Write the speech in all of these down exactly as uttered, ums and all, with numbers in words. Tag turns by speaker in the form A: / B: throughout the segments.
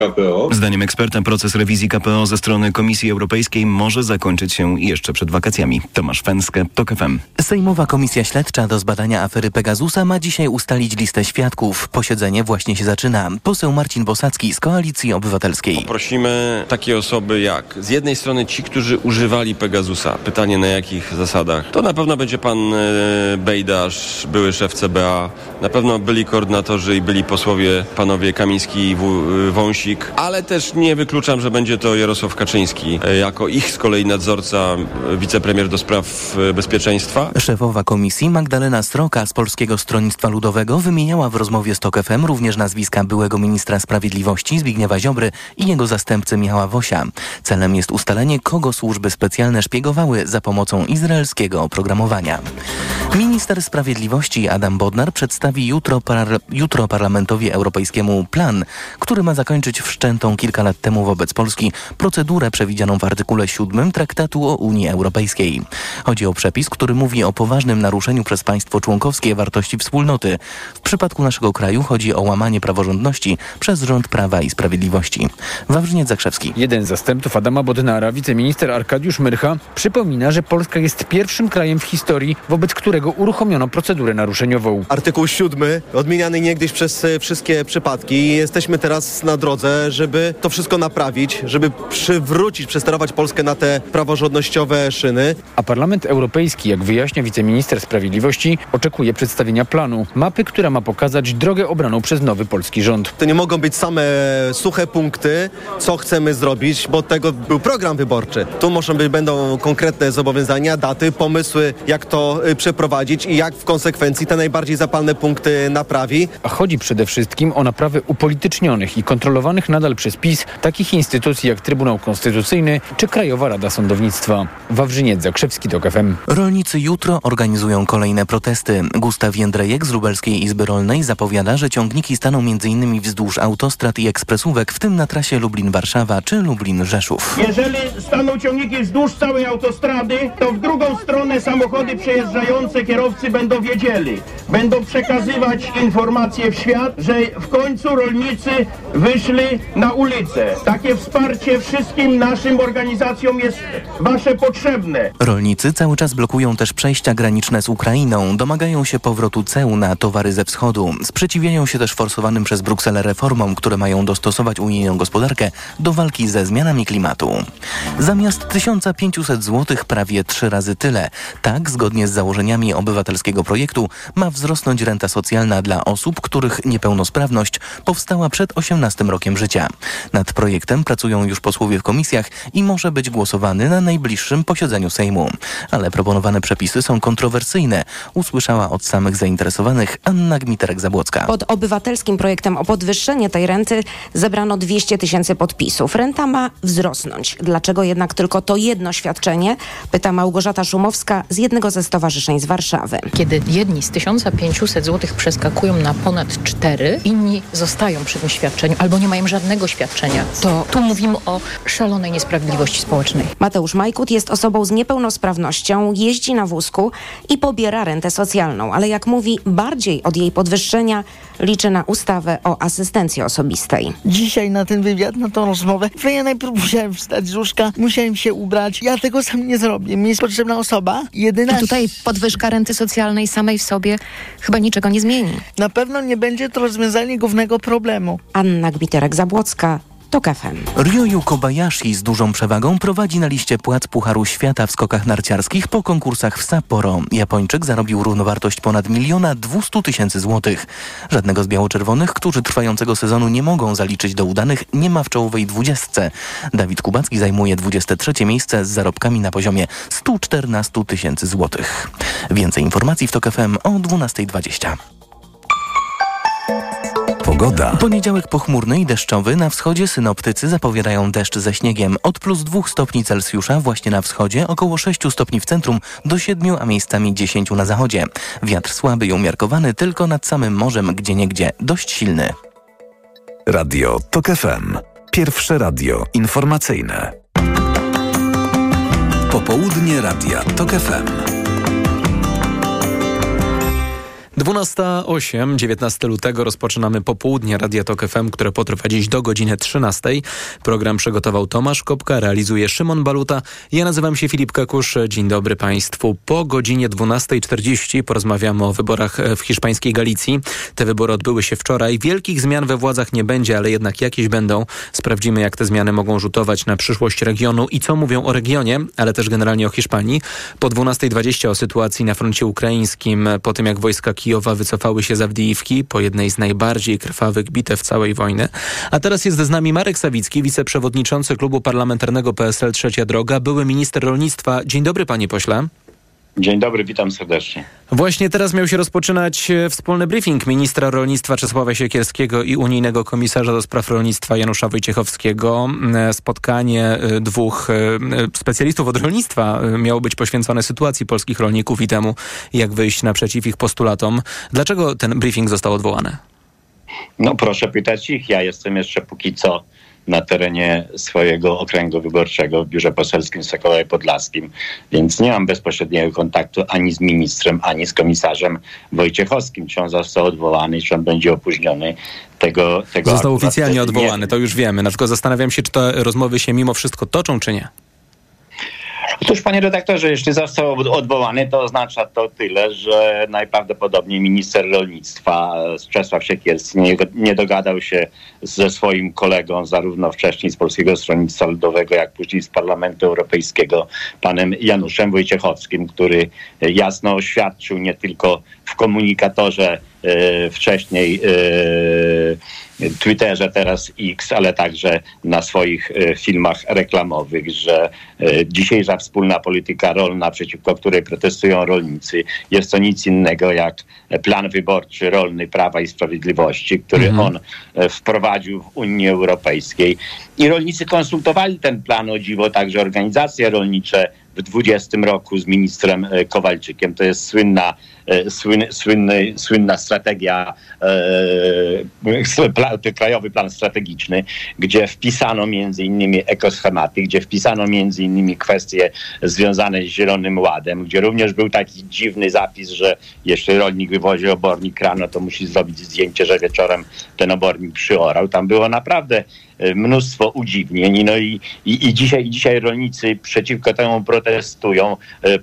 A: K P O.
B: Zdaniem eksperta proces rewizji K P O ze strony Komisji Europejskiej może zakończyć się jeszcze przed wakacjami. Tomasz Fęskę, TOK F M.
C: Sejmowa Komisja Śledcza do zbadania afery Pegasusa ma dzisiaj ustalić listę świadków. Posiedzenie właśnie się zaczyna. Poseł Marcin Bosacki z Koalicji Obywatelskiej.
D: Prosimy takie osoby jak z jednej strony ci, którzy używali Pegasusa. Pytanie na jakich zasadach. To na pewno będzie pan e, Bejdasz, były szef C B A. Na pewno byli koordynatorzy i byli posłowie panowie Kamiński i w, Wąsik. Ale też nie wykluczam, że będzie to Jarosław Kaczyński e, jako ich z kolei nadzorca, e, wicepremier do spraw e, bezpieczeństwa.
C: Szefowa komisji Magdalena Sroka z Polskiego Stronnictwa Ludowego wymieniała w rozmowie z TOK F M również nazwiska byłego ministra sprawiedliwości Zbigniewa Ziobry i jego zastępcy Michała Wosia. Celem jest ustalenie, kogo służby specjalne szpiegowały za pomocą izraelskiego oprogramowania. Minister Sprawiedliwości Adam Bodnar przedstawi jutro, par- jutro Parlamentowi Europejskiemu plan, który ma zakończyć wszczętą kilka lat temu wobec Polski procedurę przewidzianą w artykule siódmym Traktatu o Unii Europejskiej. Chodzi o przepis, który mówi o poważnym naruszeniu przez państwo członkowskie wartości wspólnoty. W przypadku naszego kraju chodzi o łamanie praworządności przez rząd Prawa i Sprawiedliwości. Wawrzyniec Zakrzewski.
E: Jeden z zastępców Adama Bodnara, wiceminister Arkadiusz Myrcha, przypomina, że Polska jest pierwszym krajem w historii, wobec którego uruchomiono procedurę naruszeniową.
F: Artykuł siódmy, odmieniany niegdyś przez wszystkie przypadki. Jesteśmy teraz na drodze, żeby to wszystko naprawić, żeby przywrócić, przesterować Polskę na te praworządnościowe szyny.
E: A Parlament Europejski, jak wyjaśnia wiceminister sprawiedliwości, oczekuje przedstawienia planu, mapy, która ma pokazać drogę obraną przez nowy polski rząd.
F: To nie mogą być same suche punkty, co chcemy zrobić, bo od tego był program wyborczy. Tu muszą być, będą konkretne zobowiązania, daty, pomysły, jak to przeprowadzić i jak w konsekwencji te najbardziej zapalne punkty naprawi.
E: A chodzi przede wszystkim o naprawę upolitycznionych i kontrolowanych nadal przez PiS takich instytucji jak Trybunał Konstytucyjny czy Krajowa Rada Sądownictwa. Wawrzyniec Zakrzewski, TOK F M.
C: Rolnicy jutro organizują kolejne protesty. Gustaw Jędrejek z Lubelskiej Izby Rolnej zapowiada, że ciągniki staną m.in. wzdłuż autostrad i ekspresówek, w tym na trasie Lublin-Warszawa czy Lublin-Rzeszów.
G: Jeżeli staną ciągniki wzdłuż całej autostrady, to w drugą stronę samochody przejeżdżające, kierowcy będą wiedzieli, będą przekazywać informacje w świat, że w końcu rolnicy wyszli na ulicę. Takie wsparcie wszystkim naszym organizacjom jest wasze potrzebne.
C: Rolnicy cały czas blokują też przejścia graniczne z Ukrainą, domagają się powrotu ceł na towary ze wschodu, sprzeciwiają się też forsowanym przez Brukselę reformom, które mają dostosować unijną gospodarkę do walki ze zmianami klimatu. Zamiast tysiąc pięćset złotych prawie trzy razy tyle. Tak, zgodnie z założeniami obywatelskiego projektu, ma wzrosnąć renta socjalna dla osób, których niepełnosprawność powstała przed osiemnastym rokiem życia. Nad projektem pracują już posłowie w komisjach i może być głosowany na najbliższym posiedzeniu Sejmu. Ale proponowane przepisy są kontrowersyjne, usłyszała od samych zainteresowanych Anna Gmiterek-Zabłocka.
H: Pod obywatelskim projektem o podwyższenie tej renty zebrano dwieście tysięcy podpisów. Renta ma wzrosnąć. Dlaczego jednak tylko to jedno świadczenie? Pyta Małgorzata Szumowska z jednego ze stowarzyszeń z Warszawy.
I: Kiedy jedni z tysiąc pięćset złotych przeskakują na ponad cztery, inni zostają przy tym świadczeniu albo nie mają żadnego świadczenia, to tu mówimy o szalonej niesprawiedliwości społecznej.
H: Mateusz Majkut jest osobą z niepełnosprawnością, jeździ na wózku i pobiera rentę socjalną, ale jak mówi, bardziej od jej podwyższenia liczy na ustawę o asystencji osobistej.
J: Dzisiaj na ten wywiad, na tą rozmowę, to ja najpierw musiałem wstać z łóżka, musiałem się ubrać. Ja tego sam nie zrobię. Mi jest potrzebna osoba, jedyna...
I: A tutaj podwyżka renty socjalnej samej w sobie chyba niczego nie zmieni.
J: Na pewno nie będzie to rozwiązanie głównego problemu.
H: Anna Gmiterek-Zabłocka, TOK F M.
C: Ryoyu Kobayashi z dużą przewagą prowadzi na liście płac Pucharu Świata w skokach narciarskich po konkursach w Sapporo. Japończyk zarobił równowartość ponad miliona dwustu tysięcy złotych. Żadnego z biało-czerwonych, którzy trwającego sezonu nie mogą zaliczyć do udanych, nie ma w czołowej dwudziestce. Dawid Kubacki zajmuje dwudzieste trzecie miejsce z zarobkami na poziomie stu czternastu tysięcy złotych. Więcej informacji w TOK F M o dwunasta dwadzieścia.
K: Pogoda.
C: Poniedziałek pochmurny i deszczowy. Na wschodzie synoptycy zapowiadają deszcz ze śniegiem. Od plus dwóch stopni Celsjusza właśnie na wschodzie, około sześciu stopni w centrum, do siedmiu, a miejscami dziesięciu na zachodzie. Wiatr słaby i umiarkowany tylko nad samym morzem, gdzieniegdzie dość silny.
K: Radio TOK F M. Pierwsze radio informacyjne. Popołudnie Radia TOK F M.
A: dwunasta osiem, dziewiętnastego lutego rozpoczynamy popołudnie Radia Tok F M, które potrwa dziś do godziny trzynastej. Program przygotował Tomasz Kopka, realizuje Szymon Baluta. Ja nazywam się Filip Kakusz. Dzień dobry Państwu. Po godzinie dwunastej czterdzieści porozmawiamy o wyborach w hiszpańskiej Galicji. Te wybory odbyły się wczoraj. Wielkich zmian we władzach nie będzie, ale jednak jakieś będą. Sprawdzimy, jak te zmiany mogą rzutować na przyszłość regionu i co mówią o regionie, ale też generalnie o Hiszpanii. Po dwunastej dwadzieścia o sytuacji na froncie ukraińskim, po tym jak wojska Kijowa wycofały się z Awdijiwki, po jednej z najbardziej krwawych bitew całej wojny. A teraz jest z nami Marek Sawicki, wiceprzewodniczący Klubu Parlamentarnego P S L Trzecia Droga, były minister rolnictwa. Dzień dobry, panie pośle.
L: Dzień dobry, witam serdecznie.
A: Właśnie teraz miał się rozpoczynać wspólny briefing ministra rolnictwa Czesława Siekierskiego i unijnego komisarza do spraw rolnictwa Janusza Wojciechowskiego. Spotkanie dwóch specjalistów od rolnictwa miało być poświęcone sytuacji polskich rolników i temu, jak wyjść naprzeciw ich postulatom. Dlaczego ten briefing został odwołany?
L: No proszę pytać ich. Ja jestem jeszcze póki co na terenie swojego okręgu wyborczego w biurze poselskim w Sokołowie Podlaskim, więc nie mam bezpośredniego kontaktu ani z ministrem, ani z komisarzem Wojciechowskim. Czy on został odwołany, czy on będzie opóźniony. Tego, tego
A: został oficjalnie odwołany, to już wiemy. Tylko zastanawiam się, czy te rozmowy się mimo wszystko toczą, czy nie.
L: Otóż, panie redaktorze, jeśli został odwołany, to oznacza to tyle, że najprawdopodobniej minister rolnictwa Czesław Siekierski nie, nie dogadał się ze swoim kolegą zarówno wcześniej z Polskiego Stronnictwa Ludowego, jak później z Parlamentu Europejskiego, panem Januszem Wojciechowskim, który jasno oświadczył nie tylko w komunikatorze e, wcześniej e, Twitterze, teraz X, ale także na swoich e, filmach reklamowych, że e, dzisiejsza wspólna polityka rolna, przeciwko której protestują rolnicy, jest to nic innego jak plan wyborczy rolny Prawa i Sprawiedliwości, który mhm. on e, wprowadził w Unii Europejskiej. I rolnicy konsultowali ten plan, o dziwo, także organizacje rolnicze w dwudziestym roku z ministrem Kowalczykiem. To jest słynna, słynny, słynny, słynna strategia, e, krajowy plan strategiczny, gdzie wpisano między innymi ekoschematy, gdzie wpisano między innymi kwestie związane z Zielonym Ładem, gdzie również był taki dziwny zapis, że jeśli rolnik wywozi obornik rano, to musi zrobić zdjęcie, że wieczorem ten obornik przyorał. Tam było naprawdę mnóstwo udziwnień. No i, i, i, dzisiaj, i dzisiaj rolnicy przeciwko temu protestują.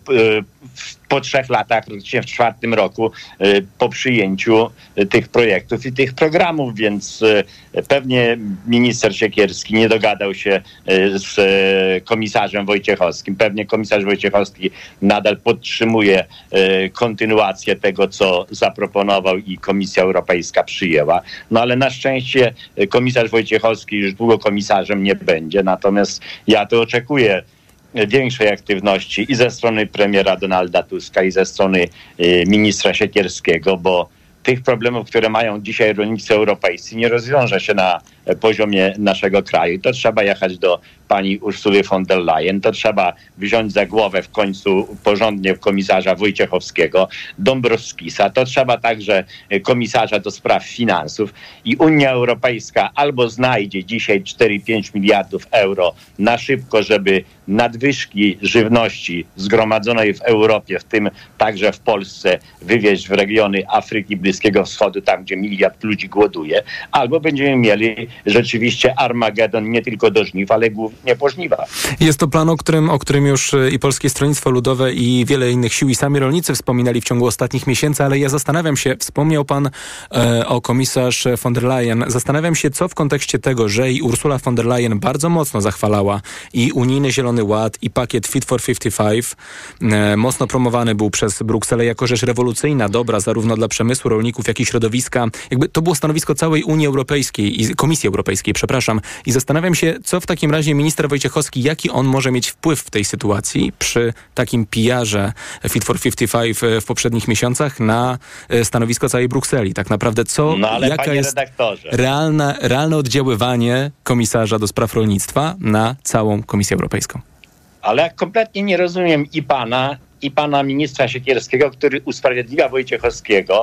L: Po trzech latach, w czwartym roku, po przyjęciu tych projektów i tych programów, więc pewnie minister Siekierski nie dogadał się z komisarzem Wojciechowskim. Pewnie komisarz Wojciechowski nadal podtrzymuje kontynuację tego, co zaproponował i Komisja Europejska przyjęła. No ale na szczęście komisarz Wojciechowski już długo komisarzem nie będzie, natomiast ja to oczekuję większej aktywności i ze strony premiera Donalda Tuska, i ze strony y, ministra Siekierskiego, bo tych problemów, które mają dzisiaj rolnicy europejscy, nie rozwiąże się na poziomie naszego kraju. To trzeba jechać do pani Ursuli von der Leyen, to trzeba wziąć za głowę w końcu porządnie komisarza Wojciechowskiego, Dąbrowskisa, to trzeba także komisarza do spraw finansów i Unia Europejska albo znajdzie dzisiaj cztery pięć miliardów euro na szybko, żeby nadwyżki żywności zgromadzonej w Europie, w tym także w Polsce, wywieźć w regiony Afryki, Bliskiego Wschodu, tam gdzie miliard ludzi głoduje, albo będziemy mieli rzeczywiście Armagedon nie tylko do żniw, ale głównie po żniwa.
A: Jest to plan, o którym, o którym już i Polskie Stronnictwo Ludowe i wiele innych sił i sami rolnicy wspominali w ciągu ostatnich miesięcy, ale ja zastanawiam się, wspomniał pan e, o komisarz von der Leyen, zastanawiam się, co w kontekście tego, że i Ursula von der Leyen bardzo mocno zachwalała i unijny Zielony Ład, i pakiet Fit for pięćdziesiąt pięć, e, mocno promowany był przez Brukselę jako rzecz rewolucyjna, dobra zarówno dla przemysłu, rolników, jak i środowiska. Jakby to było stanowisko całej Unii Europejskiej i Komisji Europejskiej, przepraszam. I zastanawiam się, co w takim razie minister Wojciechowski, jaki on może mieć wpływ w tej sytuacji przy takim pijarze Fit for pięćdziesiąt pięć w poprzednich miesiącach na stanowisko całej Brukseli. Tak naprawdę co,
L: no ale
A: jaka jest
L: redaktorze.
A: realna, realne oddziaływanie komisarza do spraw rolnictwa na całą Komisję Europejską?
L: Ale kompletnie nie rozumiem i pana, i pana ministra Siekierskiego, który usprawiedliwia Wojciechowskiego,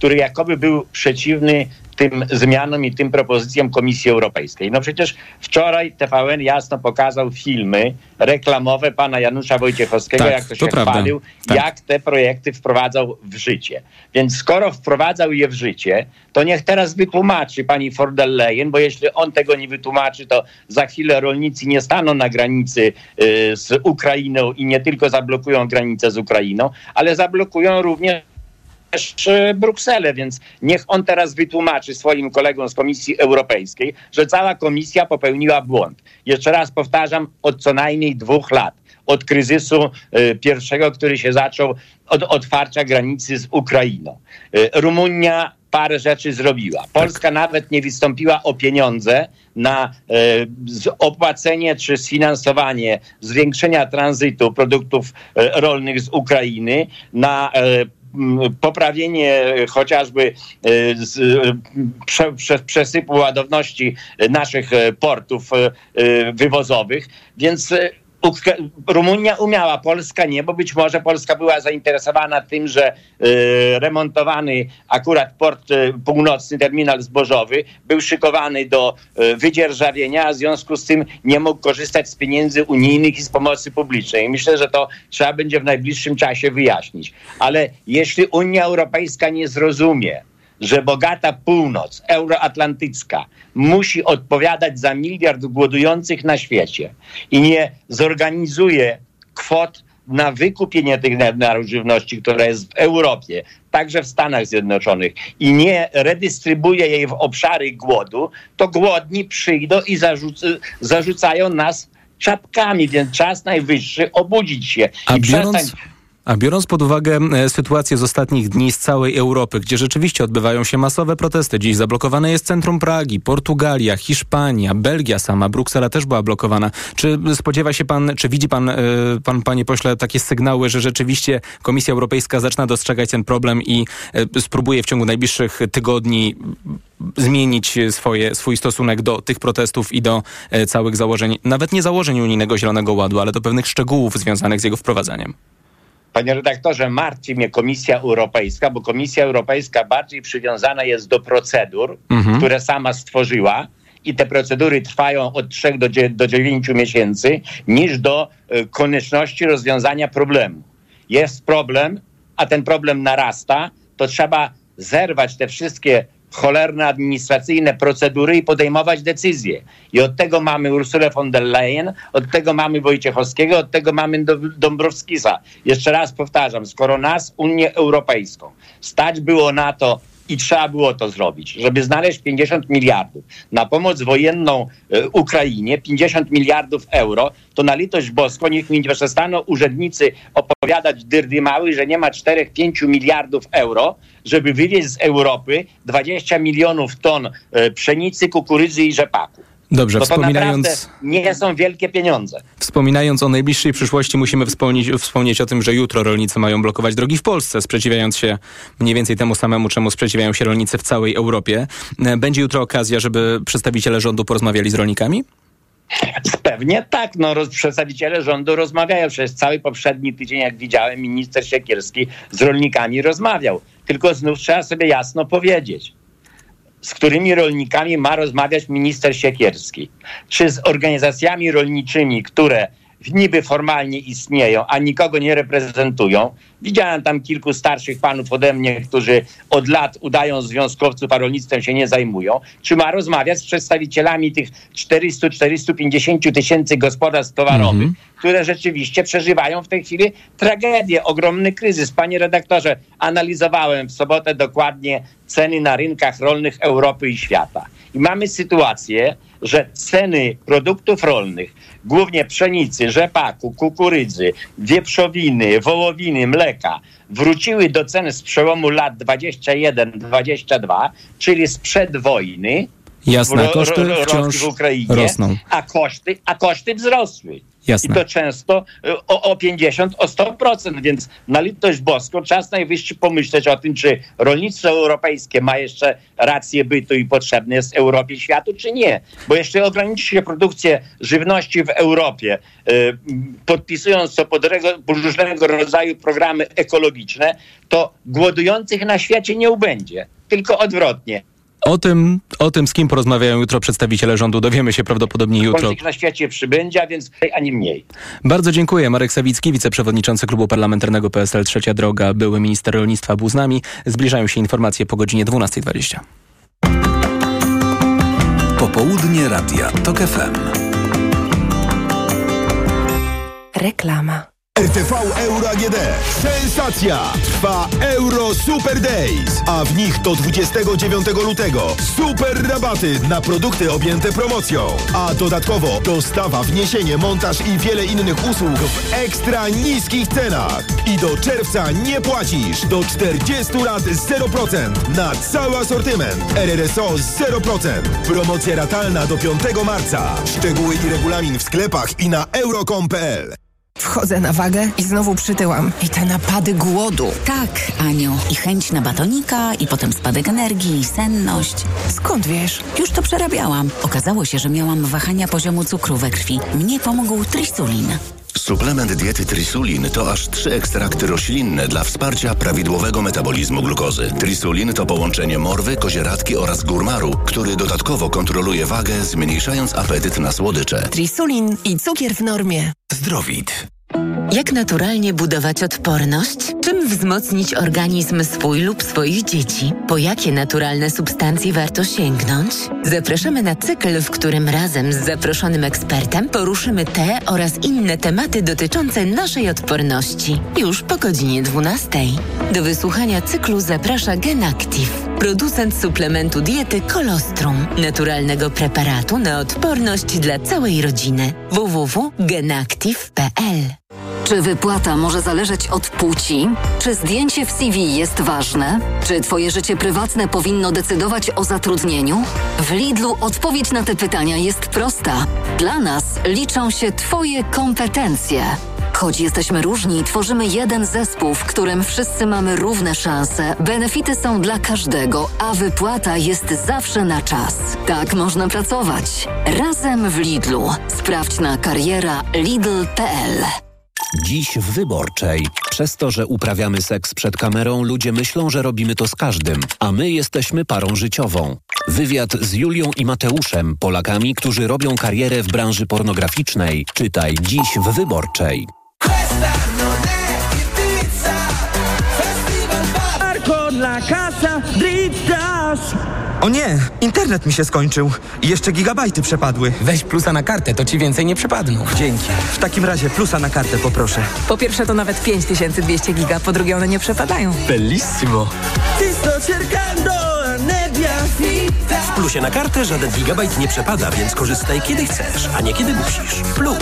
L: który jakoby był przeciwny tym zmianom i tym propozycjom Komisji Europejskiej. No przecież wczoraj T V N jasno pokazał filmy reklamowe pana Janusza Wojciechowskiego,
A: tak,
L: jak to,
A: to
L: się
A: prawda.
L: chwalił,
A: tak.
L: jak te projekty wprowadzał w życie. Więc skoro wprowadzał je w życie, to niech teraz wytłumaczy pani von der Leyen, bo jeśli on tego nie wytłumaczy, to za chwilę rolnicy nie staną na granicy y, z Ukrainą i nie tylko zablokują granicę z Ukrainą, ale zablokują również Brukselę, więc niech on teraz wytłumaczy swoim kolegom z Komisji Europejskiej, że cała komisja popełniła błąd. Jeszcze raz powtarzam, od co najmniej dwóch lat. Od kryzysu y, pierwszego, który się zaczął od otwarcia granicy z Ukrainą. Y, Rumunia parę rzeczy zrobiła. Polska tak. nawet nie wystąpiła o pieniądze na e, opłacenie czy sfinansowanie zwiększenia tranzytu produktów e, rolnych z Ukrainy, na e, poprawienie chociażby z, prze, prze, przesypu ładowności naszych portów wywozowych, więc Rumunia umiała, Polska nie, bo być może Polska była zainteresowana tym, że y, remontowany akurat port y, północny, terminal zbożowy był szykowany do y, wydzierżawienia, a w związku z tym nie mógł korzystać z pieniędzy unijnych i z pomocy publicznej. Myślę, że to trzeba będzie w najbliższym czasie wyjaśnić. Ale jeśli Unia Europejska nie zrozumie, że bogata północ euroatlantycka musi odpowiadać za miliard głodujących na świecie i nie zorganizuje kwot na wykupienie tych nadmiaru żywności, która jest w Europie, także w Stanach Zjednoczonych, i nie redystrybuuje jej w obszary głodu, to głodni przyjdą i zarzuc- zarzucają nas czapkami, więc czas najwyższy obudzić się
A: A
L: i
A: biorąc...
L: przestań...
A: A biorąc pod uwagę sytuację z ostatnich dni z całej Europy, gdzie rzeczywiście odbywają się masowe protesty, dziś zablokowane jest centrum Pragi, Portugalia, Hiszpania, Belgia sama, Bruksela też była blokowana. Czy spodziewa się pan, czy widzi pan, pan panie pośle, takie sygnały, że rzeczywiście Komisja Europejska zaczyna dostrzegać ten problem i spróbuje w ciągu najbliższych tygodni zmienić swoje, swój stosunek do tych protestów i do całych założeń, nawet nie założeń unijnego Zielonego Ładu, ale do pewnych szczegółów związanych z jego wprowadzeniem?
L: Panie redaktorze, martwi mnie Komisja Europejska, bo Komisja Europejska bardziej przywiązana jest do procedur, mhm. które sama stworzyła, i te procedury trwają od trzech do dziewięciu miesięcy, niż do y, konieczności rozwiązania problemu. Jest problem, a ten problem narasta, to trzeba zerwać te wszystkie cholerne administracyjne procedury i podejmować decyzje. I od tego mamy Ursulę von der Leyen, od tego mamy Wojciechowskiego, od tego mamy Dąbrowskisa. Jeszcze raz powtarzam, skoro nas, Unię Europejską, stać było na to i trzeba było to zrobić, żeby znaleźć pięćdziesiąt miliardów na pomoc wojenną y, Ukrainie, pięćdziesiąt miliardów euro, to na litość boską niech mi nie przestaną urzędnicy opowiadać dyrdy mały, że nie ma cztery pięć miliardów euro, żeby wywieźć z Europy dwadzieścia milionów ton y, pszenicy, kukurydzy i rzepaku.
A: Dobrze,
L: to
A: wspominając...
L: To naprawdę nie są wielkie pieniądze.
A: Wspominając o najbliższej przyszłości, musimy wspomnieć, wspomnieć o tym, że jutro rolnicy mają blokować drogi w Polsce, sprzeciwiając się mniej więcej temu samemu, czemu sprzeciwiają się rolnicy w całej Europie. Będzie jutro okazja, żeby przedstawiciele rządu porozmawiali z rolnikami?
L: Pewnie tak. No, roz, przedstawiciele rządu rozmawiają. Przez cały poprzedni tydzień, jak widziałem, minister Siekierski z rolnikami rozmawiał. Tylko znów trzeba sobie jasno powiedzieć, z którymi rolnikami ma rozmawiać minister Siekierski. Czy z organizacjami rolniczymi, które niby formalnie istnieją, a nikogo nie reprezentują. Widziałem tam kilku starszych panów ode mnie, którzy od lat udają związkowców, a rolnictwem się nie zajmują. Czy ma rozmawiać z przedstawicielami tych czterysta do czterystu pięćdziesięciu tysięcy gospodarstw towarowych, mm-hmm. które rzeczywiście przeżywają w tej chwili tragedię, ogromny kryzys. Panie redaktorze, analizowałem w sobotę dokładnie ceny na rynkach rolnych Europy i świata. I mamy sytuację, że ceny produktów rolnych, głównie pszenicy, rzepaku, kukurydzy, wieprzowiny, wołowiny, mleka, wróciły do cen z przełomu lat dwadzieścia jeden dwadzieścia dwa, czyli sprzed wojny,
A: Jasne, koszty
L: ro, ro,
A: wciąż
L: w Ukrainie,
A: rosną.
L: A koszty, a koszty wzrosły.
A: Jasne.
L: I to często o, o pięćdziesiąt, o sto procent, więc na litość boską czas najwyższy pomyśleć o tym, czy rolnictwo europejskie ma jeszcze rację bytu i potrzebne jest Europie, światu, czy nie. Bo jeszcze ograniczy się produkcję żywności w Europie, yy, podpisując co pod różnego rodzaju programy ekologiczne, to głodujących na świecie nie ubędzie, tylko odwrotnie.
A: O tym, o tym, z kim porozmawiają jutro przedstawiciele rządu, dowiemy się prawdopodobnie jutro.
L: Bądź na świecie przybędzie, a więc ani mniej.
A: Bardzo dziękuję. Marek Sawicki, wiceprzewodniczący Klubu Parlamentarnego P S L Trzecia Droga, były minister rolnictwa, był z nami. Zbliżają się informacje po godzinie dwunasta dwadzieścia.
K: Popołudnie Radia Tok F M.
H: Reklama.
M: R T V Euro A G D. Sensacja! Trwa Euro Super Days, a w nich do dwudziestego dziewiątego lutego super rabaty na produkty objęte promocją. A dodatkowo dostawa, wniesienie, montaż i wiele innych usług w ekstra niskich cenach. I do czerwca nie płacisz. Do czterdziestu lat zero procent na cały asortyment. R R S O zero procent. Promocja ratalna do piątego marca. Szczegóły i regulamin w sklepach i na euro kropka com kropka p l.
N: Wchodzę na wagę i znowu przytyłam. I te napady głodu.
O: Tak, Aniu. I chęć na batonika, i potem spadek energii, i senność.
N: Skąd wiesz?
O: Już to przerabiałam. Okazało się, że miałam wahania poziomu cukru we krwi. Mnie pomógł Trisulin.
P: Suplement diety Trisulin to aż trzy ekstrakty roślinne dla wsparcia prawidłowego metabolizmu glukozy. Trisulin to połączenie morwy, kozieradki oraz górmaru, który dodatkowo kontroluje wagę, zmniejszając apetyt na słodycze.
N: Trisulin i cukier w normie.
P: Zdrowit.
Q: Jak naturalnie budować odporność? Czym wzmocnić organizm swój lub swoich dzieci? Po jakie naturalne substancje warto sięgnąć? Zapraszamy na cykl, w którym razem z zaproszonym ekspertem poruszymy te oraz inne tematy dotyczące naszej odporności. Już po godzinie dwunastej. Do wysłuchania cyklu zaprasza GenActive, producent suplementu diety Colostrum, naturalnego preparatu na odporność dla całej rodziny. w w w kropka genactive kropka p l.
R: Czy wypłata może zależeć od płci? Czy zdjęcie w C V jest ważne? Czy twoje życie prywatne powinno decydować o zatrudnieniu? W Lidlu odpowiedź na te pytania jest prosta. Dla nas liczą się twoje kompetencje. Choć jesteśmy różni, tworzymy jeden zespół, w którym wszyscy mamy równe szanse, benefity są dla każdego, a wypłata jest zawsze na czas. Tak można pracować. Razem w Lidlu. Sprawdź na kariera lidl kropka p l.
S: Dziś w Wyborczej. Przez to, że uprawiamy seks przed kamerą, ludzie myślą, że robimy to z każdym, a my jesteśmy parą życiową. Wywiad z Julią i Mateuszem, Polakami, którzy robią karierę w branży pornograficznej. Czytaj dziś w Wyborczej.
T: O nie, internet mi się skończył i jeszcze gigabajty przepadły.
U: Weź plusa na kartę, to ci więcej nie przepadną.
T: Dzięki. W takim razie plusa na kartę poproszę.
N: Po pierwsze to nawet pięć tysięcy dwieście giga, po drugie one nie przepadają.
U: Bellissimo. W plusie na kartę żaden gigabajt nie przepada, więc korzystaj kiedy chcesz, a nie kiedy musisz. Plus.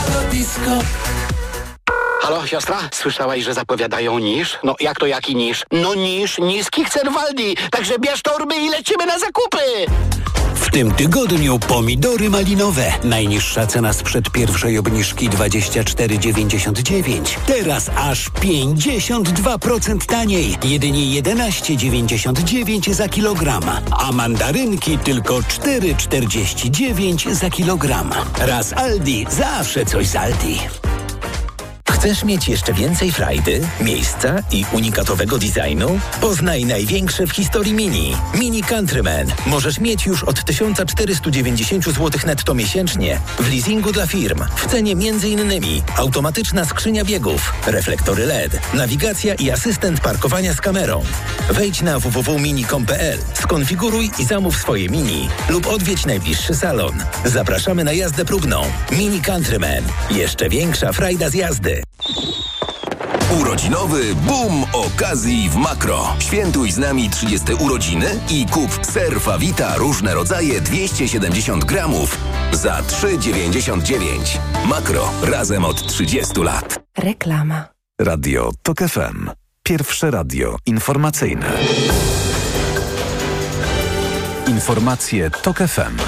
V: Halo, siostra? Słyszałaś, że zapowiadają niż? No jak to jaki niż? No niż niskich cen w Aldi. Także bierz torby i lecimy na zakupy.
S: W tym tygodniu pomidory malinowe. Najniższa cena sprzed pierwszej obniżki dwadzieścia cztery dziewięćdziesiąt dziewięć. Teraz aż pięćdziesiąt dwa procent taniej. Jedynie jedenaście dziewięćdziesiąt dziewięć za kilogram. A mandarynki tylko cztery czterdzieści dziewięć za kilogram. Raz Aldi, zawsze coś z Aldi.
W: Chcesz mieć jeszcze więcej frajdy, miejsca i unikatowego designu? Poznaj największe w historii Mini. Mini Countryman. Możesz mieć już od tysiąc czterysta dziewięćdziesiąt złotych netto miesięcznie w leasingu dla firm. W cenie między innymi automatyczna skrzynia biegów, reflektory L E D, nawigacja i asystent parkowania z kamerą. Wejdź na w w w kropka mini kropka com kropka p l, skonfiguruj i zamów swoje Mini lub odwiedź najbliższy salon. Zapraszamy na jazdę próbną. Mini Countryman. Jeszcze większa frajda z jazdy.
K: Urodzinowy boom okazji w Makro. Świętuj z nami trzydzieste urodziny i kup ser Fawita różne rodzaje dwieście siedemdziesiąt gramów za trzy dziewięćdziesiąt dziewięć. Makro. Razem od trzydziestu lat.
H: Reklama.
K: Radio Tok F M. Pierwsze radio informacyjne.
B: Informacje TOK F M.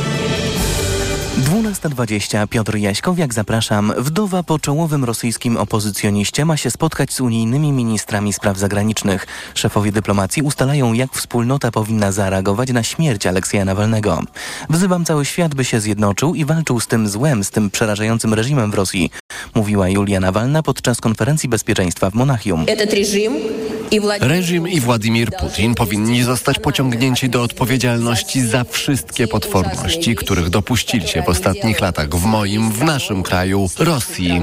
C: dwunasta dwadzieścia. Piotr Jaśkowiak, zapraszam. Wdowa po czołowym rosyjskim opozycjoniście ma się spotkać z unijnymi ministrami spraw zagranicznych. Szefowie dyplomacji ustalają, jak wspólnota powinna zareagować na śmierć Aleksieja Nawalnego. Wzywam cały świat, by się zjednoczył i walczył z tym złem, z tym przerażającym reżimem w Rosji, mówiła Julia Nawalna podczas konferencji bezpieczeństwa w Monachium.
D: Reżim i Władimir Putin powinni zostać pociągnięci do odpowiedzialności za wszystkie potworności, których dopuścili się w ostatnich latach w moim, w naszym kraju, Rosji.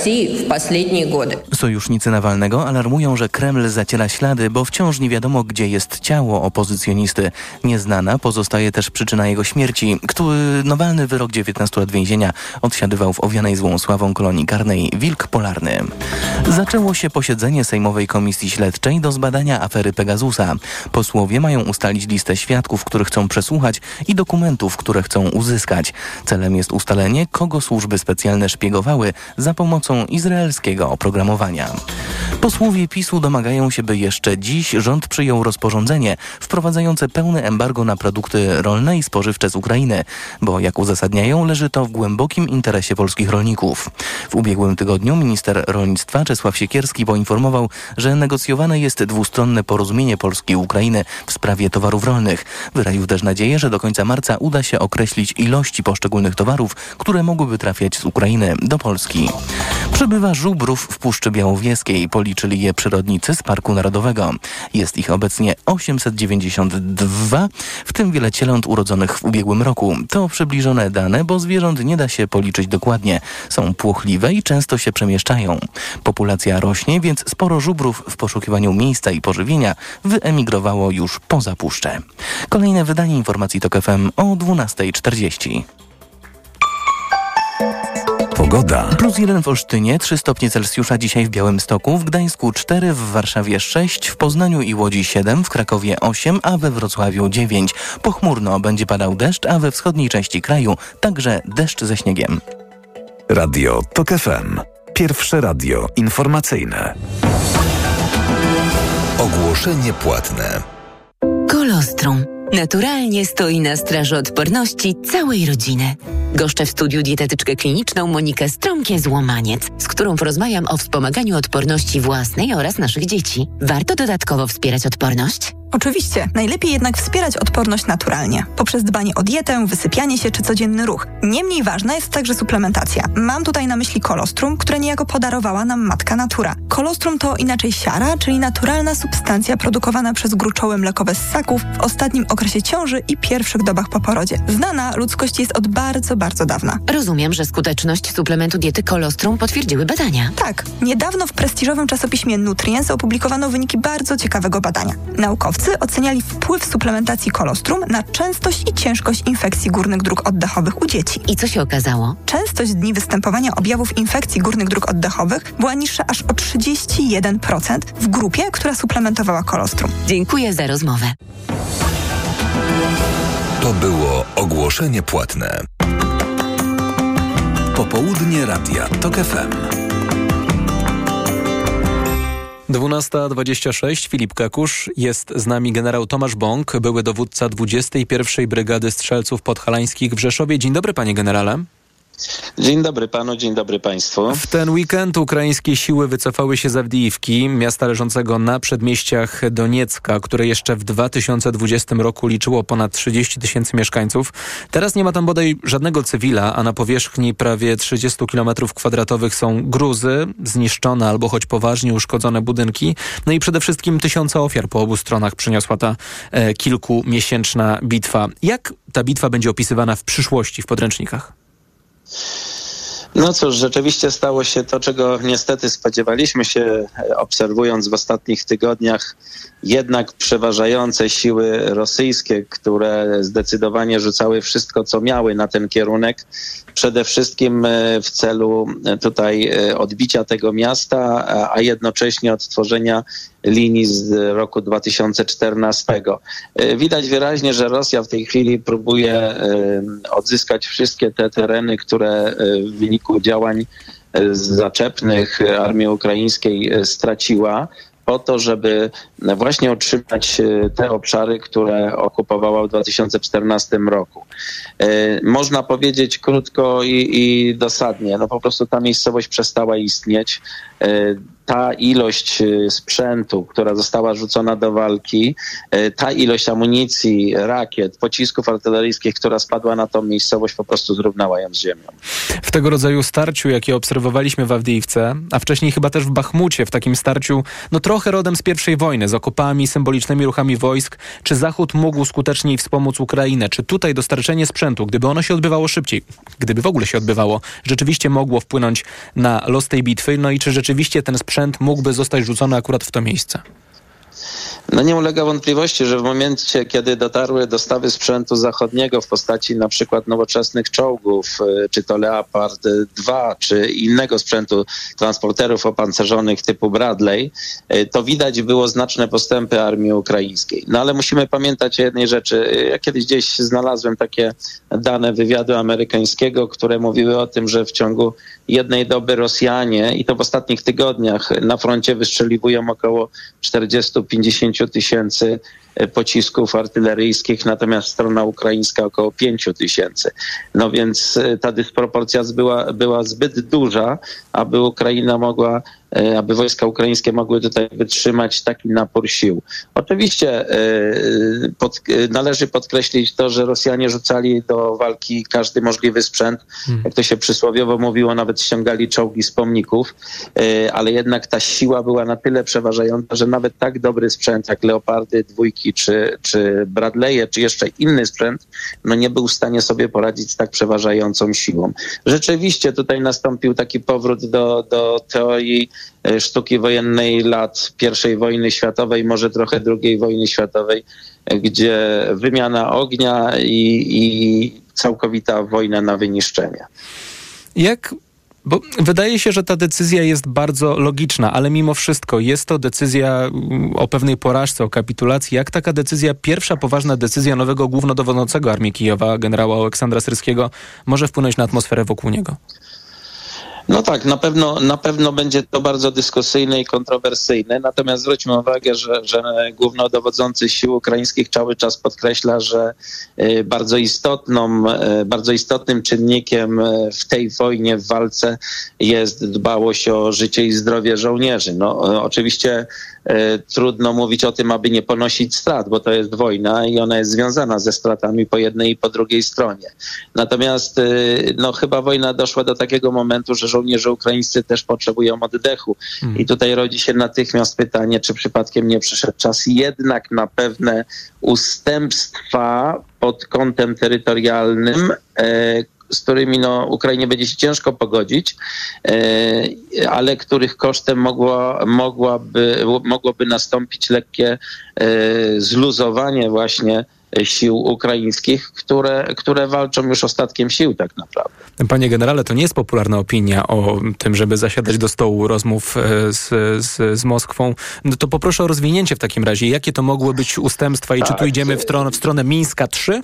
C: Sojusznicy Nawalnego alarmują, że Kreml zaciera ślady, bo wciąż nie wiadomo, gdzie jest ciało opozycjonisty. Nieznana pozostaje też przyczyna jego śmierci, który Nawalny wyrok dziewiętnastu lat więzienia odsiadywał w owianej złą sławą kolonii karnej Wilk Polarny. Zaczęło się posiedzenie Sejmowej Komisji Śledczej do zbadania afery Pegasusa. Posłowie mają ustalić listę świadków, których chcą przesłuchać, i dokumentów, które chcą uzyskać. Celem jest ustalenie, kogo służby specjalne szpiegowały za pomocą izraelskiego oprogramowania. Posłowie PiSu domagają się, by jeszcze dziś rząd przyjął rozporządzenie wprowadzające pełne embargo na produkty rolne i spożywcze z Ukrainy, bo jak uzasadniają, leży to w głębokim interesie polskich rolników. W ubiegłym tygodniu minister rolnictwa Czesław Siekierski poinformował, że negocjowane jest dwustronne porozumienie Polski i Ukrainy w sprawie towarów rolnych. Wyraził też nadzieję, że do końca marca uda się określić ilości poszczególnych towarów, które mogłyby trafiać z Ukrainy do Polski. Przybywa żubrów w Puszczy Białowieskiej. Policzyli je przyrodnicy z Parku Narodowego. Jest ich obecnie osiemset dziewięćdziesiąt dwa, w tym wiele cieląt urodzonych w ubiegłym roku. To przybliżone dane, bo zwierząt nie da się policzyć dokładnie. Są płochliwe i często się przemieszczają. Populacja rośnie, więc sporo żubrów w poszukiwaniu miejsca i pożywienia wyemigrowało już poza puszczę. Kolejne wydanie informacji TOK F M o dwunasta czterdzieści.
B: Pogoda.
C: Plus jeden w Olsztynie, trzy stopnie Celsjusza dzisiaj w Białymstoku, w Gdańsku cztery, w Warszawie sześć, w Poznaniu i Łodzi siedem, w Krakowie osiem, a we Wrocławiu dziewięć. Pochmurno będzie padał deszcz, a we wschodniej części kraju także deszcz ze śniegiem.
B: Radio TOK F M. Pierwsze radio informacyjne. Ogłoszenie płatne.
Q: Kolostrum. Naturalnie stoi na straży odporności całej rodziny. Goszczę w studiu dietetyczkę kliniczną Monikę Strąkie-Złomaniec, z którą porozmawiam o wspomaganiu odporności własnej oraz naszych dzieci. Warto dodatkowo wspierać odporność?
F: Oczywiście, najlepiej jednak wspierać odporność naturalnie, poprzez dbanie o dietę, wysypianie się czy codzienny ruch. Niemniej ważna jest także suplementacja. Mam tutaj na myśli kolostrum, które niejako podarowała nam matka natura. Kolostrum to inaczej siara, czyli naturalna substancja produkowana przez gruczoły mlekowe ssaków w ostatnim okresie ciąży i pierwszych dobach po porodzie. Znana ludzkości jest od bardzo, bardzo dawna.
Q: Rozumiem, że skuteczność suplementu diety kolostrum potwierdziły badania.
F: Tak. Niedawno w prestiżowym czasopiśmie Nutrients opublikowano wyniki bardzo ciekawego badania. Naukowcy oceniali wpływ suplementacji kolostrum na częstość i ciężkość infekcji górnych dróg oddechowych u dzieci.
Q: I co się okazało?
F: Częstość dni występowania objawów infekcji górnych dróg oddechowych była niższa aż o trzydzieści jeden procent w grupie, która suplementowała kolostrum.
Q: Dziękuję za rozmowę.
B: To było ogłoszenie płatne. Popołudnie Radia TOK F M.
A: dwunasta dwadzieścia sześć. Filip Kakusz. Jest z nami generał Tomasz Bąk, były dowódca dwudziestej pierwszej Brygady Strzelców Podhalańskich w Rzeszowie. Dzień dobry, panie generale.
X: Dzień dobry panu, dzień dobry państwu.
A: W ten weekend ukraińskie siły wycofały się z Awdijiwki, miasta leżącego na przedmieściach Doniecka, które jeszcze w dwa tysiące dwudziestym roku liczyło ponad trzydzieści tysięcy mieszkańców. Teraz nie ma tam bodaj żadnego cywila, a na powierzchni prawie trzydzieści kilometrów kwadratowych są gruzy, zniszczone albo choć poważnie uszkodzone budynki. No i przede wszystkim tysiące ofiar po obu stronach przyniosła ta e, kilkumiesięczna bitwa. Jak ta bitwa będzie opisywana w przyszłości w podręcznikach?
X: No cóż, rzeczywiście stało się to, czego niestety spodziewaliśmy się, obserwując w ostatnich tygodniach jednak przeważające siły rosyjskie, które zdecydowanie rzucały wszystko, co miały na ten kierunek, przede wszystkim w celu tutaj odbicia tego miasta, a jednocześnie odtworzenia linii z roku dwa tysiące czternastego. Widać wyraźnie, że Rosja w tej chwili próbuje odzyskać wszystkie te tereny, które w wyniku działań zaczepnych armii ukraińskiej straciła. po to, żeby właśnie otrzymać te obszary, które okupowała w dwa tysiące czternastym roku. Można powiedzieć krótko i, i dosadnie, no po prostu ta miejscowość przestała istnieć. Ta ilość sprzętu, która została rzucona do walki, ta ilość amunicji, rakiet, pocisków artyleryjskich, która spadła na tą miejscowość, po prostu zrównała ją z ziemią.
A: W tego rodzaju starciu, jakie obserwowaliśmy w Awdijiwce, a wcześniej chyba też w Bachmucie, w takim starciu, no trochę rodem z pierwszej wojny, z okopami, symbolicznymi ruchami wojsk, czy Zachód mógł skuteczniej wspomóc Ukrainę? Czy tutaj dostarczenie sprzętu, gdyby ono się odbywało szybciej, gdyby w ogóle się odbywało, rzeczywiście mogło wpłynąć na los tej bitwy? No i czy rzeczywiście ten sprzęt mógłby zostać rzucony akurat w to miejsce?
X: No nie ulega wątpliwości, że w momencie, kiedy dotarły dostawy sprzętu zachodniego w postaci na przykład nowoczesnych czołgów, czy to Leopard dwa, czy innego sprzętu, transporterów opancerzonych typu Bradley, to widać było znaczne postępy armii ukraińskiej. No ale musimy pamiętać o jednej rzeczy. Ja kiedyś gdzieś znalazłem takie dane wywiadu amerykańskiego, które mówiły o tym, że w ciągu jednej doby Rosjanie, i to w ostatnich tygodniach, na froncie wystrzeliwują około czterdzieści do pięćdziesięciu tysięcy pocisków artyleryjskich, natomiast strona ukraińska około pięciu tysięcy. No więc ta dysproporcja była, była zbyt duża, aby Ukraina mogła, aby wojska ukraińskie mogły tutaj wytrzymać taki napór sił. Oczywiście pod, należy podkreślić to, że Rosjanie rzucali do walki każdy możliwy sprzęt, hmm. jak to się przysłowiowo mówiło, nawet ściągali czołgi z pomników, ale jednak ta siła była na tyle przeważająca, że nawet tak dobry sprzęt jak Leopardy, dwójki, czy, czy Bradley'e, czy jeszcze inny sprzęt, no nie był w stanie sobie poradzić z tak przeważającą siłą. Rzeczywiście tutaj nastąpił taki powrót do, do teorii sztuki wojennej lat pierwszej wojny światowej, może trochę drugiej wojny światowej, gdzie wymiana ognia i, i całkowita wojna na wyniszczenie.
A: Jak... Bo wydaje się, że ta decyzja jest bardzo logiczna, ale mimo wszystko jest to decyzja o pewnej porażce, o kapitulacji. Jak taka decyzja, pierwsza poważna decyzja nowego głównodowodzącego Armii Kijowa, generała Aleksandra Syrskiego, może wpłynąć na atmosferę wokół niego?
X: No tak, na pewno, na pewno będzie to bardzo dyskusyjne i kontrowersyjne, natomiast zwróćmy uwagę, że, że głównodowodzący sił ukraińskich cały czas podkreśla, że bardzo istotną, bardzo istotnym czynnikiem w tej wojnie, w walce jest dbałość o życie i zdrowie żołnierzy. No oczywiście trudno mówić o tym, aby nie ponosić strat, bo to jest wojna i ona jest związana ze stratami po jednej i po drugiej stronie. Natomiast no, chyba wojna doszła do takiego momentu, że żołnierze ukraińscy też potrzebują oddechu. Hmm. I tutaj rodzi się natychmiast pytanie, czy przypadkiem nie przyszedł czas jednak na pewne ustępstwa pod kątem terytorialnym, e, z którymi no, Ukrainie będzie się ciężko pogodzić, e, ale których kosztem mogło, mogłaby, mogłoby nastąpić lekkie e, zluzowanie właśnie sił ukraińskich, które, które walczą już ostatkiem sił tak naprawdę.
A: Panie generale, to nie jest popularna opinia o tym, żeby zasiadać do stołu rozmów z, z, z Moskwą. No to poproszę o rozwinięcie w takim razie. Jakie to mogły być ustępstwa i tak, czy tu idziemy w stronę, w stronę Mińska trzy?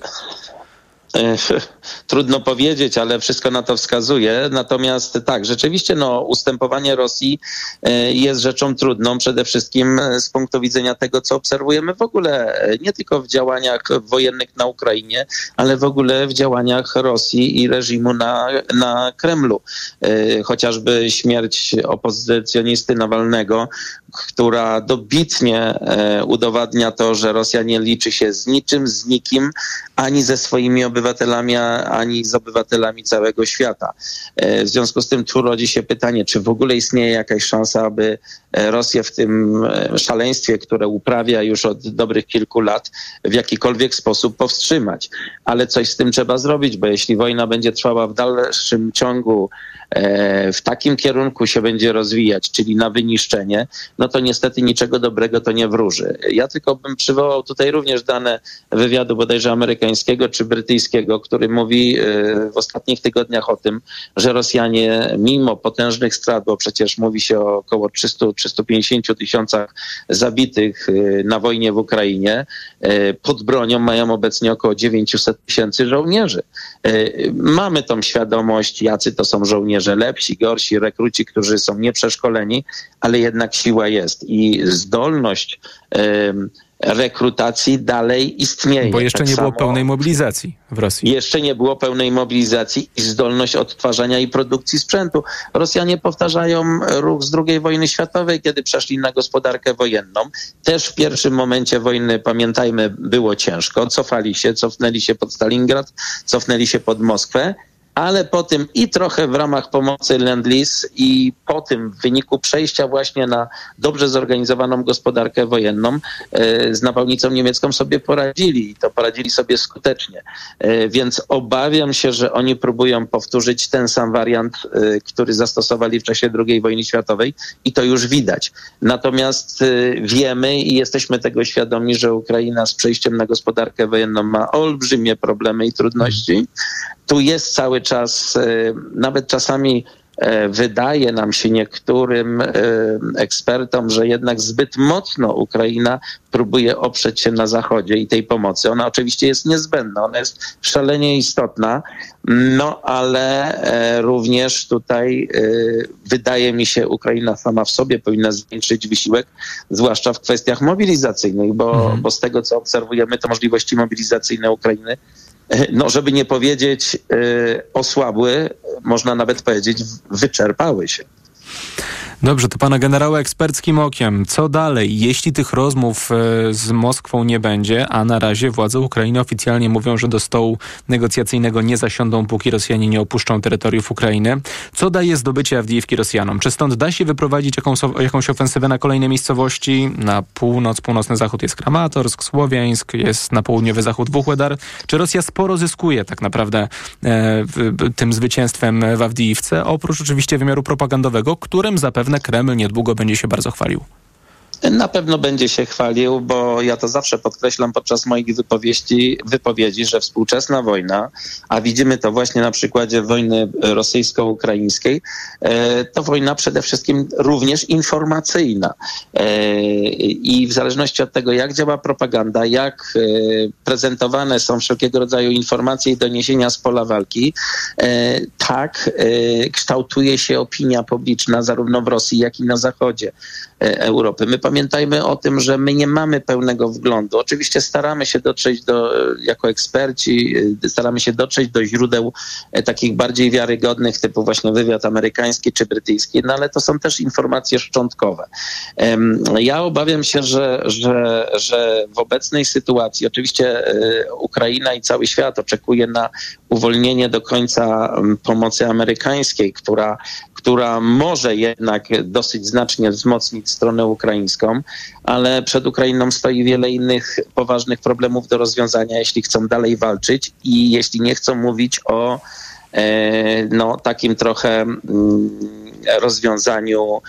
X: Trudno powiedzieć, ale wszystko na to wskazuje. Natomiast tak, rzeczywiście no, ustępowanie Rosji jest rzeczą trudną, przede wszystkim z punktu widzenia tego, co obserwujemy w ogóle, nie tylko w działaniach wojennych na Ukrainie, ale w ogóle w działaniach Rosji i reżimu na, na Kremlu. Chociażby śmierć opozycjonisty Nawalnego, która dobitnie udowadnia to, że Rosja nie liczy się z niczym, z nikim, ani ze swoimi obywatelami, ani z obywatelami całego świata. W związku z tym tu rodzi się pytanie, czy w ogóle istnieje jakaś szansa, aby Rosję w tym szaleństwie, które uprawia już od dobrych kilku lat, w jakikolwiek sposób powstrzymać. Ale coś z tym trzeba zrobić, bo jeśli wojna będzie trwała w dalszym ciągu, w takim kierunku się będzie rozwijać, czyli na wyniszczenie, no to niestety niczego dobrego to nie wróży. Ja tylko bym przywołał tutaj również dane wywiadu bodajże amerykańskiego czy brytyjskiego, rosyjskiego, który mówi w ostatnich tygodniach o tym, że Rosjanie mimo potężnych strat, bo przecież mówi się o około trzysta do trzystu pięćdziesięciu tysiącach zabitych na wojnie w Ukrainie, pod bronią mają obecnie około dziewięćset tysięcy żołnierzy. Mamy tą świadomość, jacy to są żołnierze, lepsi, gorsi, rekruci, którzy są nieprzeszkoleni, ale jednak siła jest i zdolność rekrutacji dalej istnieje.
A: Bo jeszcze
X: tak
A: nie
X: samo,
A: było pełnej mobilizacji w Rosji.
X: Jeszcze nie było pełnej mobilizacji i zdolność odtwarzania i produkcji sprzętu. Rosjanie powtarzają ruch z drugiej wojny światowej, kiedy przeszli na gospodarkę wojenną. Też w pierwszym momencie wojny, pamiętajmy, było ciężko. Cofali się, cofnęli się pod Stalingrad, cofnęli się pod Moskwę. Ale po tym i trochę w ramach pomocy Lend-Lease i po tym w wyniku przejścia właśnie na dobrze zorganizowaną gospodarkę wojenną e, z nawałnicą niemiecką sobie poradzili i to poradzili sobie skutecznie. E, więc obawiam się, że oni próbują powtórzyć ten sam wariant, e, który zastosowali w czasie drugiej wojny światowej i to już widać. Natomiast e, wiemy i jesteśmy tego świadomi, że Ukraina z przejściem na gospodarkę wojenną ma olbrzymie problemy i trudności. Tu jest cały czas, nawet czasami wydaje nam się niektórym ekspertom, że jednak zbyt mocno Ukraina próbuje oprzeć się na Zachodzie i tej pomocy. Ona oczywiście jest niezbędna, ona jest szalenie istotna, no ale również tutaj wydaje mi się, Ukraina sama w sobie powinna zwiększyć wysiłek, zwłaszcza w kwestiach mobilizacyjnych, bo, mhm. bo z tego co obserwujemy, to możliwości mobilizacyjne Ukrainy, no żeby nie powiedzieć yy, osłabły, można nawet powiedzieć wyczerpały się.
A: Dobrze, to pana generała eksperckim okiem. Co dalej, jeśli tych rozmów z Moskwą nie będzie, a na razie władze Ukrainy oficjalnie mówią, że do stołu negocjacyjnego nie zasiądą, póki Rosjanie nie opuszczą terytoriów Ukrainy. Co daje zdobycie Awdijewki Rosjanom? Czy stąd da się wyprowadzić jakąś, jakąś ofensywę na kolejne miejscowości? Na północ, północny zachód jest Kramatorsk, Słowiańsk, jest na południowy zachód Wuhłedar. Czy Rosja sporo zyskuje tak naprawdę e, w, tym zwycięstwem w Awdijivce, oprócz oczywiście wymiaru propagandowego, którym zapewne Kreml niedługo będzie się bardzo chwalił?
X: Na pewno będzie się chwalił, bo ja to zawsze podkreślam podczas moich wypowiedzi, wypowiedzi, że współczesna wojna, a widzimy to właśnie na przykładzie wojny rosyjsko-ukraińskiej, to wojna przede wszystkim również informacyjna. I w zależności od tego, jak działa propaganda, jak prezentowane są wszelkiego rodzaju informacje i doniesienia z pola walki, tak kształtuje się opinia publiczna zarówno w Rosji, jak i na zachodzie Europy. My pamiętajmy o tym, że my nie mamy pełnego wglądu. Oczywiście staramy się dotrzeć do, jako eksperci, staramy się dotrzeć do źródeł takich bardziej wiarygodnych, typu właśnie wywiad amerykański czy brytyjski, no ale to są też informacje szczątkowe. Ja obawiam się, że, że, że w obecnej sytuacji, oczywiście Ukraina i cały świat oczekuje na uwolnienie do końca pomocy amerykańskiej, która która może jednak dosyć znacznie wzmocnić stronę ukraińską, ale przed Ukrainą stoi wiele innych poważnych problemów do rozwiązania, jeśli chcą dalej walczyć i jeśli nie chcą mówić o e, no, takim trochę mm, rozwiązaniu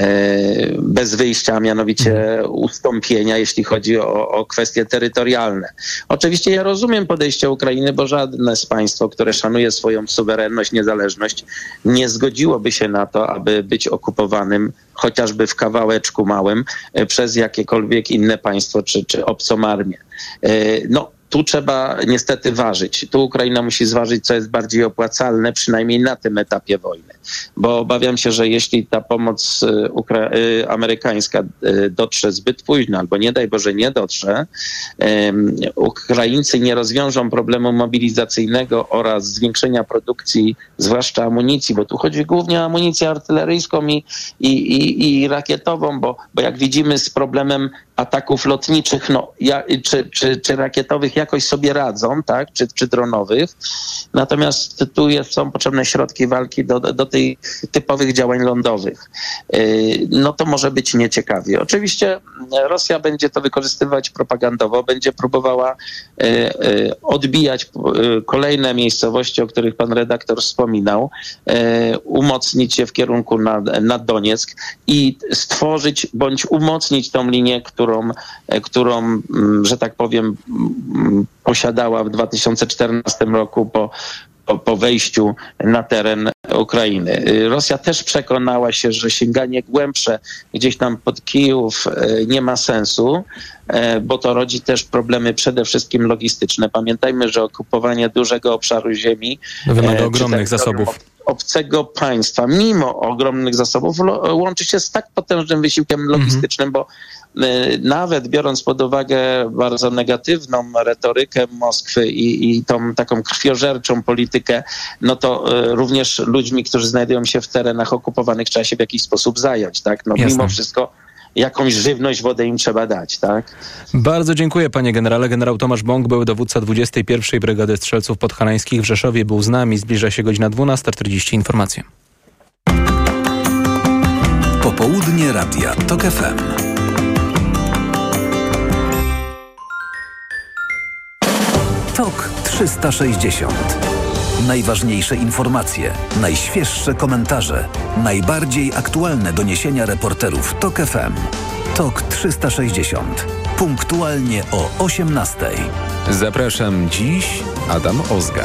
X: bez wyjścia, a mianowicie ustąpienia, jeśli chodzi o, o kwestie terytorialne. Oczywiście ja rozumiem podejście Ukrainy, bo żadne z państw, które szanuje swoją suwerenność, niezależność, nie zgodziłoby się na to, aby być okupowanym chociażby w kawałeczku małym przez jakiekolwiek inne państwo czy, czy obcą armię. No, tu trzeba niestety ważyć. Tu Ukraina musi zważyć, co jest bardziej opłacalne, przynajmniej na tym etapie wojny. Bo obawiam się, że jeśli ta pomoc ukra- amerykańska dotrze zbyt późno, albo nie daj Boże nie dotrze, um, Ukraińcy nie rozwiążą problemu mobilizacyjnego oraz zwiększenia produkcji, zwłaszcza amunicji, bo tu chodzi głównie o amunicję artyleryjską i, i, i, i rakietową, bo, bo jak widzimy z problemem ataków lotniczych, no, ja, czy, czy, czy rakietowych jakoś sobie radzą, tak, czy, czy dronowych. Natomiast tu jest, są potrzebne środki walki do, do tych typowych działań lądowych. No to może być nieciekawie. Oczywiście Rosja będzie to wykorzystywać propagandowo, będzie próbowała odbijać kolejne miejscowości, o których pan redaktor wspominał, umocnić je w kierunku na, na Donieck i stworzyć bądź umocnić tą linię, którą, którą, że tak powiem, posiadała w dwa tysiące czternastym roku po Po, po wejściu na teren Ukrainy. Rosja też przekonała się, że sięganie głębsze gdzieś tam pod Kijów nie ma sensu, bo to rodzi też problemy przede wszystkim logistyczne. Pamiętajmy, że okupowanie dużego obszaru ziemi
A: wymaga ogromnych zasobów
X: obcego państwa, mimo ogromnych zasobów, łączy się z tak potężnym wysiłkiem logistycznym, mm-hmm. bo nawet biorąc pod uwagę bardzo negatywną retorykę Moskwy i, i tą taką krwiożerczą politykę, no to również ludźmi, którzy znajdują się w terenach okupowanych, trzeba się w jakiś sposób zająć, tak? No mimo wszystko jakąś żywność, wodę im trzeba dać, tak?
A: Bardzo dziękuję, panie generale. Generał Tomasz Bąk, były dowódca dwudziestej pierwszej Brygady Strzelców Podhalańskich w Rzeszowie, był z nami. Zbliża się godzina dwunasta czterdzieści. Informacje.
B: Popołudnie Radia TOK F M. TOK trzysta sześćdziesiąt. Najważniejsze informacje, najświeższe komentarze, najbardziej aktualne doniesienia reporterów TOK F M. TOK trzysta sześćdziesiąt. Punktualnie o osiemnastej.
E: Zapraszam dziś, Adam Ozga.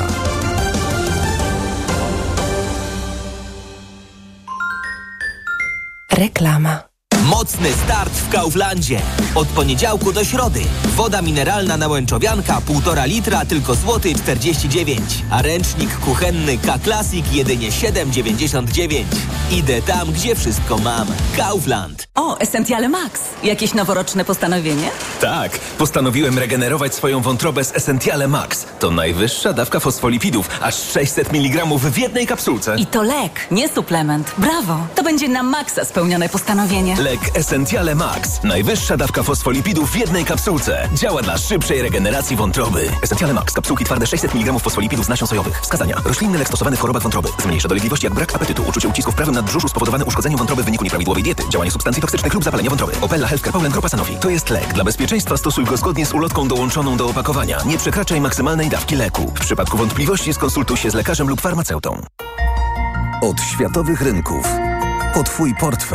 N: Reklama.
G: Mocny start w Kauflandzie. Od poniedziałku do środy. Woda mineralna Nałęczowianka półtora litra tylko złoty czterdzieści dziewięć. A ręcznik kuchenny K-Classic jedynie siedem dziewięćdziesiąt dziewięć. Idę tam, gdzie wszystko mam. Kaufland.
I: O, Essentiale Max. Jakieś noworoczne postanowienie?
J: Tak. Postanowiłem regenerować swoją wątrobę z Essentiale Max. To najwyższa dawka fosfolipidów. Aż sześćset miligramów w jednej kapsułce.
I: I to lek, nie suplement. Brawo. To będzie na maksa spełnione postanowienie.
J: Lek Essentiale Max. Najwyższa dawka fosfolipidów w jednej kapsułce. Działa dla szybszej regeneracji wątroby. Essentiale Max. Kapsułki twarde sześćset miligramów fosfolipidów z nasion sojowych. Wskazania. Roślinny lek stosowany w chorobach wątroby. Zmniejsza dolegliwości jak brak apetytu, uczucie ucisku w prawym nadbrzuszu spowodowane uszkodzeniem wątroby w wyniku nieprawidłowej diety, działanie substancji toksycznych lub zapalenie wątroby. Opella Healthcare Poland Grupa Sanofi. To jest lek. Dla bezpieczeństwa stosuj go zgodnie z ulotką dołączoną do opakowania. Nie przekraczaj maksymalnej dawki leku. W przypadku wątpliwości skonsultuj się z lekarzem lub farmaceutą.
B: Od światowych rynków po twój portfel.